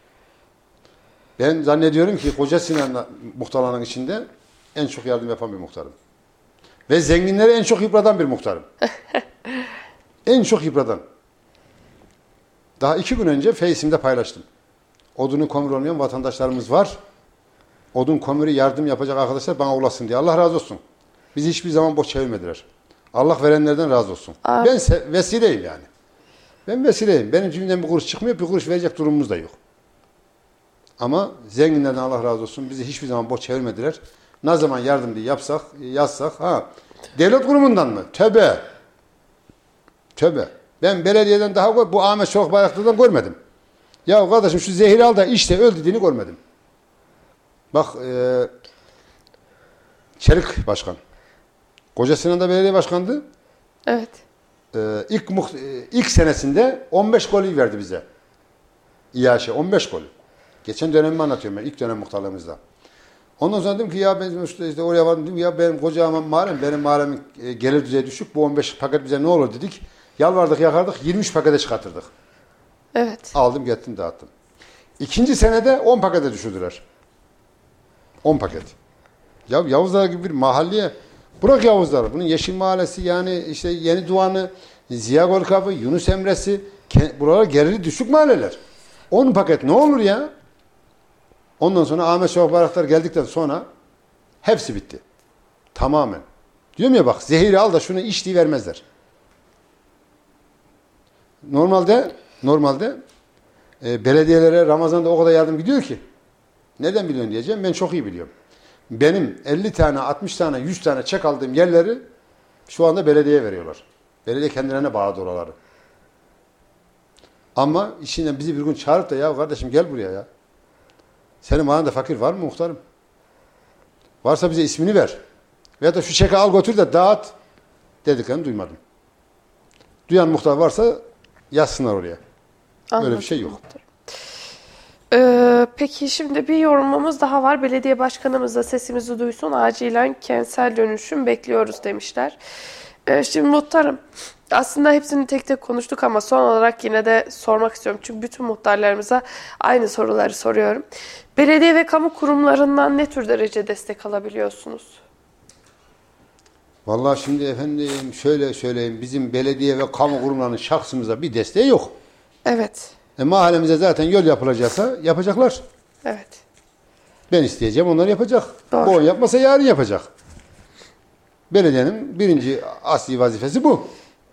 Ben zannediyorum ki Koca Sinan muhtarlarının içinde en çok yardım yapan bir muhtarım. Ve zenginleri en çok yıpratan bir muhtarım. En çok yıpratan. Daha 2 gün önce Face'imde paylaştım. Odunu kömür olmayan vatandaşlarımız var. Odun kömürü yardım yapacak arkadaşlar bana ulaşsın diye. Allah razı olsun. Bizi hiçbir zaman boş çevirmediler. Allah verenlerden razı olsun. Abi. Ben vesileyim yani. Ben vesileyim. Benim cebimden bir kuruş çıkmıyor, bir kuruş verecek durumumuz da yok. Ama zenginlerden Allah razı olsun. Bizi hiçbir zaman boş çevirmediler. Ne zaman yardım diye yapsak, yazsak, devlet kurumundan mı? Tövbe. Tövbe. Ben belediyeden daha bu Ahmet Çolak Bayraktar'dan görmedim. Ya kardeşim şu zehri al da işte öl dediğini görmedim. Bak Çelik Başkan. Koca Sinan'da belediye başkandı. Evet. İlk senesinde 15 golü verdi bize. İAŞ 15 gol. Geçen dönemimi anlatıyorum ben ilk dönem muhtarlığımızda. Ondan sonra dedim ki ya ben işte oraya vardım dedim ya benim koca mahallem benim mahallemin gelir düzeyi düşük bu 15 paket bize ne olur dedik. Yalvardık yakardık 23 pakete çıkartırdık. Evet. Aldım gittim dağıttım. İkinci senede 10 pakete düşürdüler. 10 paket. Ya Yavuzlar gibi bir mahalleye bırak Yavuzlar. Bunun Yeşil Mahallesi yani işte Yeni Doğan'ı, Ziya Golkapı, Yunus Emre'si buralar gerili düşük mahalleler. 10 paket ne olur ya? Ondan sonra Ahmet Çolak Bayraktar geldikten sonra hepsi bitti. Tamamen. Diyorum ya bak zehiri al da şunu iç diye vermezler. Normalde belediyelere Ramazan'da o kadar yardım gidiyor ki. Neden biliyorsun diyeceğim. Ben çok iyi biliyorum. Benim 50 tane, 60 tane, 100 tane çek aldığım yerleri şu anda belediyeye veriyorlar. Belediye kendilerine bağladı oraları. Ama işinden bizi bir gün çağırıp da ya kardeşim gel buraya ya. Senin mahallende fakir var mı muhtarım? Varsa bize ismini ver. Veya da şu çeki al götür de dağıt dediklerini duymadım. Duyan muhtar varsa yazsınlar oraya. Anladım. Öyle bir şey yok. Peki şimdi bir yorumumuz daha var. Belediye başkanımız da sesimizi duysun. Acilen kentsel dönüşüm bekliyoruz demişler. Şimdi muhtarım aslında hepsini tek tek konuştuk ama son olarak yine de sormak istiyorum. Çünkü bütün muhtarlarımıza aynı soruları soruyorum. Belediye ve kamu kurumlarından ne tür derece destek alabiliyorsunuz? Vallahi şimdi efendim şöyle söyleyeyim. Bizim belediye ve kamu kurumlarının şahsımıza bir desteği yok. Evet. Mahallemize zaten yol yapılacaksa yapacaklar. Evet. Ben isteyeceğim onlar yapacak. Doğru. Bu yapmasa yarın yapacak. Belediyenin birinci asli vazifesi bu.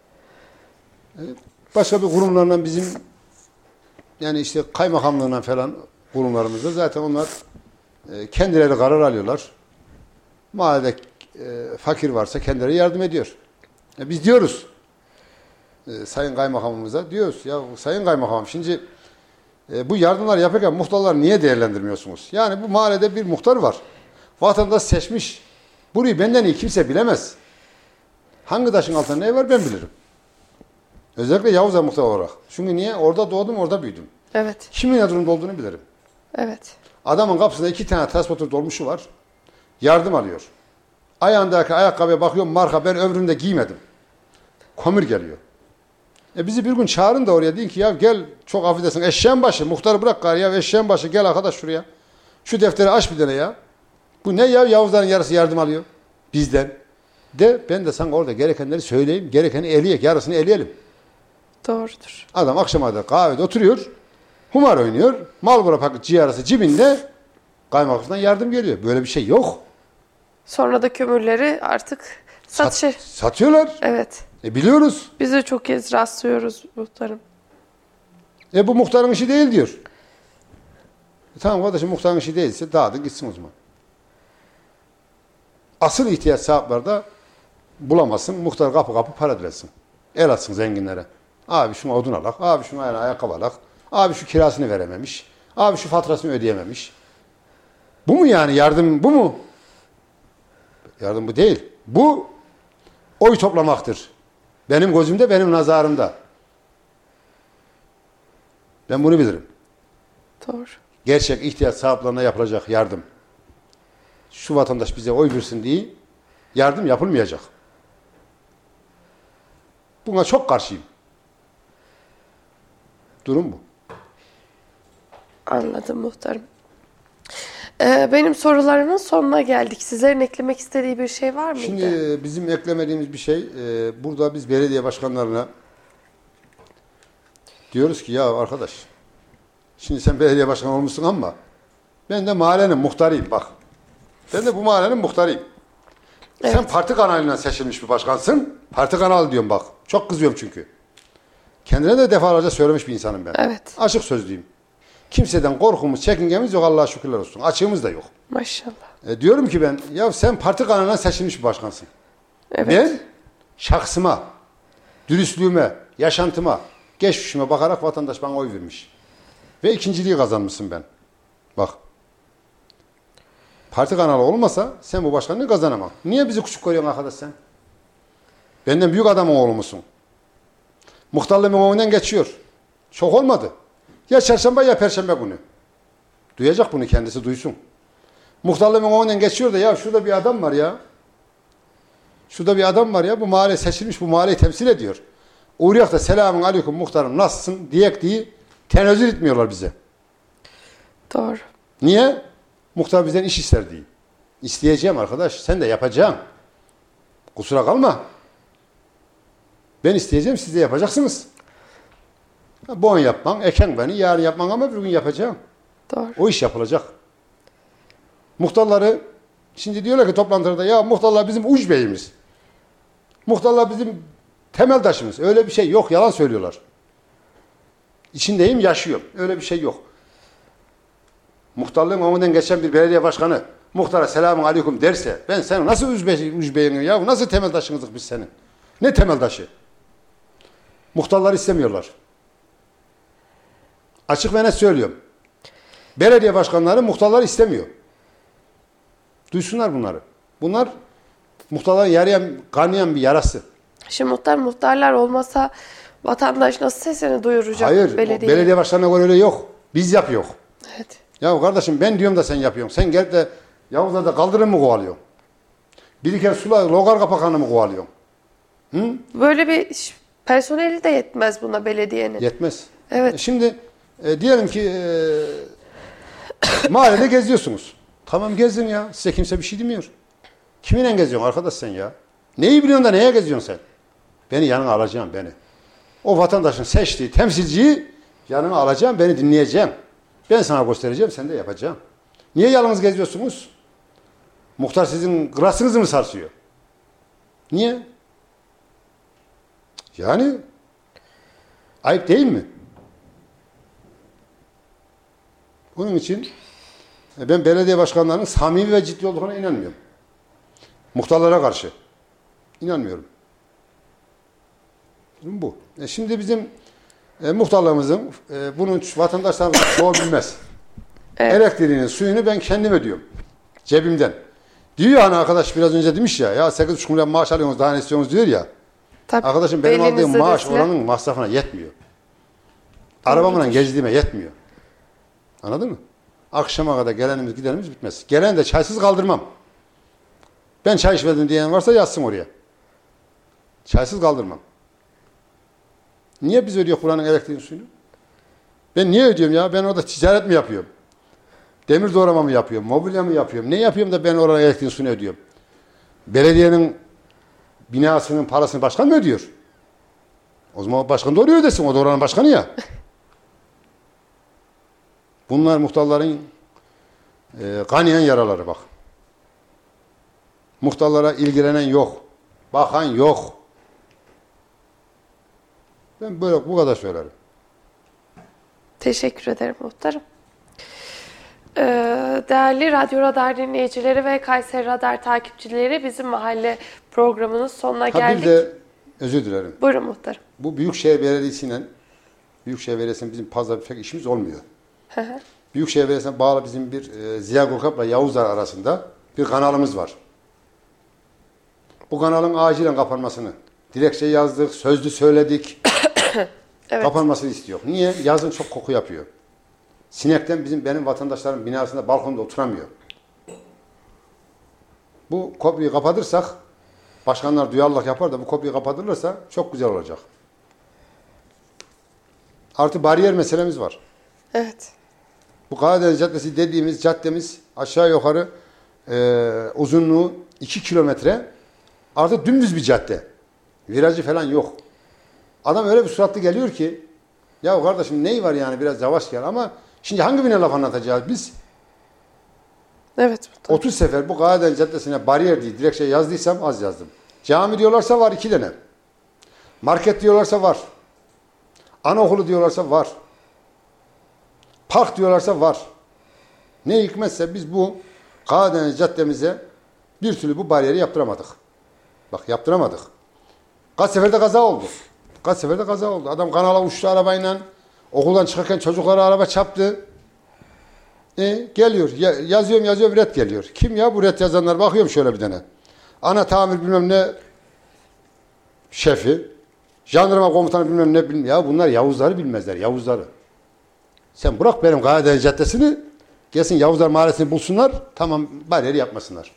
Başka bir kurumlarla bizim yani işte kaymakamlığından falan kurumlarımızda zaten onlar kendileri karar alıyorlar. Mahallede fakir varsa kendileri yardım ediyor. Biz diyoruz Sayın Kaymakamımıza diyoruz ya Sayın Kaymakamım şimdi Bu yardımlar yaparken muhtarları niye değerlendirmiyorsunuz? Yani bu mahallede bir muhtar var. Vatandaş seçmiş. Burayı benden iyi kimse bilemez. Hangi taşın altında ne var ben bilirim. Özellikle Yavuz'a muhtar olarak. Çünkü niye? Orada doğdum, orada büyüdüm. Evet. Kimin ne durumda olduğunu bilirim. Evet. Adamın kapısında 2 tane transportör dolmuşu var. Yardım alıyor. Ayağındaki ayakkabıya bakıyorum, marka, ben ömrümde giymedim. Komür geliyor. Bizi bir gün çağırın da oraya, deyin ki ya gel, çok affedersin, eşeğin başı, muhtarı bırak gari ya, eşeğin başı, gel arkadaş şuraya. Şu defteri aç bir tane ya. Bu ne ya, Yavuzların yarısı yardım alıyor bizden. De ben de sana orada gerekenleri söyleyeyim, gerekeni eleyek, yarısını eleyelim. Doğrudur. Adam akşama da kahvede oturuyor, humar oynuyor, Marlboro paket ciğerası cebinde, kaymakamdan yardım geliyor. Böyle bir şey yok. Sonra da kömürleri artık satışa... Satıyorlar. Evet. Biliyoruz. Biz de çok kez rastlıyoruz muhtarım. Bu muhtarın işi değil diyor. Tamam kardeşim, muhtarın işi değilse dağıdın gitsin o zaman. Asıl ihtiyaç sahipleri bulamazsın. Muhtar kapı kapı para dilesin. El atsın zenginlere. Abi şuna odun alak. Abi şuna ayakkabı alak. Abi şu kirasını verememiş. Abi şu faturasını ödeyememiş. Bu mu yani yardım, bu mu? Yardım bu değil. Bu oy toplamaktır. Benim gözümde, benim nazarımda. Ben bunu bilirim. Doğru. Gerçek ihtiyaç sahiplerine yapılacak yardım. Şu vatandaş bize oy versin diye yardım yapılmayacak. Buna çok karşıyım. Durum bu. Anladım muhtarım. Benim sorularımın sonuna geldik. Sizlerin eklemek istediği bir şey var mıydı? Şimdi bizim eklemediğimiz bir şey, burada biz belediye başkanlarına diyoruz ki ya arkadaş, şimdi sen belediye başkanı olmuşsun ama ben de mahallenin muhtarıyım bak. Ben de bu mahallenin muhtarıyım. Evet. Sen parti kanalıyla seçilmiş bir başkansın. Parti kanalı diyorum bak. Çok kızıyorum çünkü. Kendine de defalarca söylemiş bir insanım ben. Evet. Açık sözlüyüm. Kimseden korkumuz, çekingemiz yok, Allah'a şükürler olsun. Açığımız da yok. Maşallah. Diyorum ki ben, ya sen parti kanalına seçilmiş bir başkansın. Evet. Ben şahsıma, dürüstlüğüme, yaşantıma, geçmişime bakarak vatandaş bana oy vermiş. Ve ikinciliği kazanmışsın ben. Bak. Parti kanalı olmasa sen bu başkanlığı kazanamam. Niye bizi küçük koyuyorsun arkadaş sen? Benden büyük adamın oğlu musun? Muhtarlığın önünden geçiyor. Çok olmadı. Ya çarşamba ya perşembe günü. Duyacak bunu, kendisi duysun. Muhtarlığın önünden geçiyor da ya şurada bir adam var ya. Şurada bir adam var ya, bu mahalle seçilmiş, bu mahalleyi temsil ediyor. Uğrayak da selamun aleyküm muhtarım nasılsın diyek diye tenezzül etmiyorlar bize. Doğru. Niye? Muhtar bizden iş ister diye. İsteyeceğim arkadaş, sen de yapacaksın. Kusura kalma. Ben isteyeceğim, siz de yapacaksınız. Bugün yapman, eken beni, yarın yapman ama bir gün yapacağım. Doğru. O iş yapılacak. Muhtarları, şimdi diyorlar ki toplantıda, ya muhtarlar bizim uç beyimiz. Muhtarlar bizim temel taşımız. Öyle bir şey yok, yalan söylüyorlar. İçindeyim, yaşıyorum. Öyle bir şey yok. Muhtarlığın önünden geçen bir belediye başkanı muhtara selamun aleyküm derse, ben seni nasıl uç beyim ya, nasıl temel taşınızdık biz senin? Ne temel taşı? Muhtarlar istemiyorlar. Açık ve net söylüyorum. Belediye başkanları muhtarları istemiyor. Duysunlar bunları. Bunlar muhtarların yarayan, kanayan bir yarası. Şimdi muhtarlar olmasa vatandaş nasıl sesini duyuracak? Hayır, belediye başkanına göre öyle yok. Biz yapıyor. Evet. Ya kardeşim ben diyorum da sen yapıyorsun. Sen gelip de Yavuzlar'da kaldırım mı kovalıyorsun? Biriken sular, logar kapakanı mı kovalıyorsun? Hı? Böyle bir personeli de yetmez buna belediyenin. Yetmez. Evet. Şimdi diyelim ki mahallede geziyorsunuz. Tamam gezin ya. Size kimse bir şey demiyor. Kiminle geziyorsun arkadaş sen ya? Neyi biliyorsun da neye geziyorsun sen? Beni yanına alacaksın beni. O vatandaşın seçtiği temsilciyi yanına alacaksın, beni dinleyeceksin. Ben sana göstereceğim, sen de yapacaksın. Niye yalnız geziyorsunuz? Muhtar sizin kırasınızı mı sarsıyor? Niye? Yani ayıp değil mi? Bunun için ben belediye başkanlarının samimi ve ciddi olduğuna inanmıyorum. Muhtarlara karşı inanmıyorum. Bu. Şimdi bizim Muhtarlığımızın bunun vatandaşlarımızın çoğu bilmez. Evet. Elektriğinin suyunu ben kendim ödüyorum. Cebimden. Diyor hani arkadaş biraz önce demiş ya 8,5 milyon maaş alıyorsunuz daha ne istiyorsunuz diyor ya. Tabii, Arkadaşım benim aldığım belinizde maaş desile. oranın masrafına yetmiyor. Arabamla gezdiğime yetmiyor. Anladın mı? Akşama kadar gelenimiz gidenimiz bitmez. Gelen de çaysız kaldırmam. Ben çay içmedim diyen varsa yazsın oraya. Çaysız kaldırmam. Niye biz ödüyoruz buranın elektriğin suyunu? Ben niye ödüyorum ya? Ben orada ticaret mi yapıyorum? Demir doğrama mı yapıyorum? Mobilya mı yapıyorum? Ne yapıyorum da ben oranın elektriğin suyunu ödüyorum? Belediyenin binasının parasını başkan mı ödüyor? O zaman başkan da oraya ödesin. O da oranın başkanı ya. Bunlar muhtarların kanayan yaraları bak. Muhtarlara ilgilenen yok. Bakan yok. Ben böyle bu kadar söylerim. Teşekkür ederim muhtarım. Değerli Radyo Radar dinleyicileri ve Kayseri Radar takipçileri, bizim mahalle programının sonuna geldik. Bir de özür dilerim. Buyurun muhtarım. Bu Büyükşehir Belediyesi'yle bizim fazla pek işimiz olmuyor. Büyükşehir Belediyesi'ne bağlı bizim bir Ziya Gökalp'la Yavuzlar arasında bir kanalımız var. Bu kanalın acilen kapanmasını dilekçe yazdık, sözlü söyledik. Evet. Kapanmasını istiyor. Niye? Yazın çok koku yapıyor. Sinekten benim vatandaşlarım binasında balkonda oturamıyor. Bu kopyayı kapatırsak, başkanlar duyarlılık yapar da bu kopyayı kapatılırsa çok güzel olacak. Artı bariyer meselemiz var. Evet. Bu Karadeniz Caddesi dediğimiz caddemiz aşağı yukarı uzunluğu 2 kilometre. Artık dümdüz bir cadde. Virajı falan yok. Adam öyle bir suratlı geliyor ki ya kardeşim neyi var yani biraz yavaş gel ama şimdi hangi birine laf anlatacağız biz? Evet muhtarım. 30 sefer bu Karadeniz Caddesi'ne bariyer diye dilekçe yazdıysam az yazdım. Cami diyorlarsa var 2 tane. Market diyorlarsa var. Anaokulu diyorlarsa var. Park diyorlarsa var. Ne hikmetse biz bu Karadeniz Caddemize bir türlü bu bariyeri yaptıramadık. Bak yaptıramadık. Kaç seferde kaza oldu. Kaç seferde kaza oldu. Adam kanala uçtu arabayla. Okuldan çıkarken çocuklara araba çarptı. Geliyor. Yazıyorum ret geliyor. Kim ya bu ret yazanlar? Bakıyorum şöyle bir tane. Ana tamir bilmem ne şefi. Jandarma komutanı bilmem ne bilmem. Ya bunlar Yavuzları bilmezler. Yavuzları. Sen bırak benim Karadeniz Caddesi'ni. Gelsin Yavuzlar Mahallesi'ni bulsunlar. Tamam bariyeri yapmasınlar.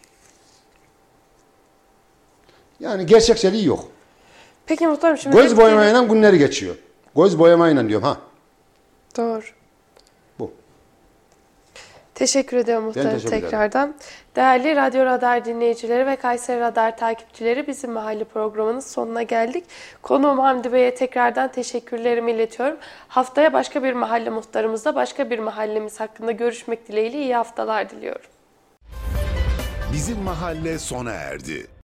Yani gerçekçiliği yok. Peki muhtarım şimdi... Göz boyamayla günleri geçiyor. Göz boyamayla diyorum ha. Doğru. Bu. Teşekkür ediyorum muhtarım teşekkür ederim. tekrardan. Değerli Radyo Radar dinleyicileri ve Kayseri Radar takipçileri, bizim mahalle programının sonuna geldik. Konuğum Hamdi Bey'e tekrardan teşekkürlerimi iletiyorum. Haftaya başka bir mahalle muhtarımızla başka bir mahallemiz hakkında görüşmek dileğiyle iyi haftalar diliyorum. Bizim mahalle sona erdi.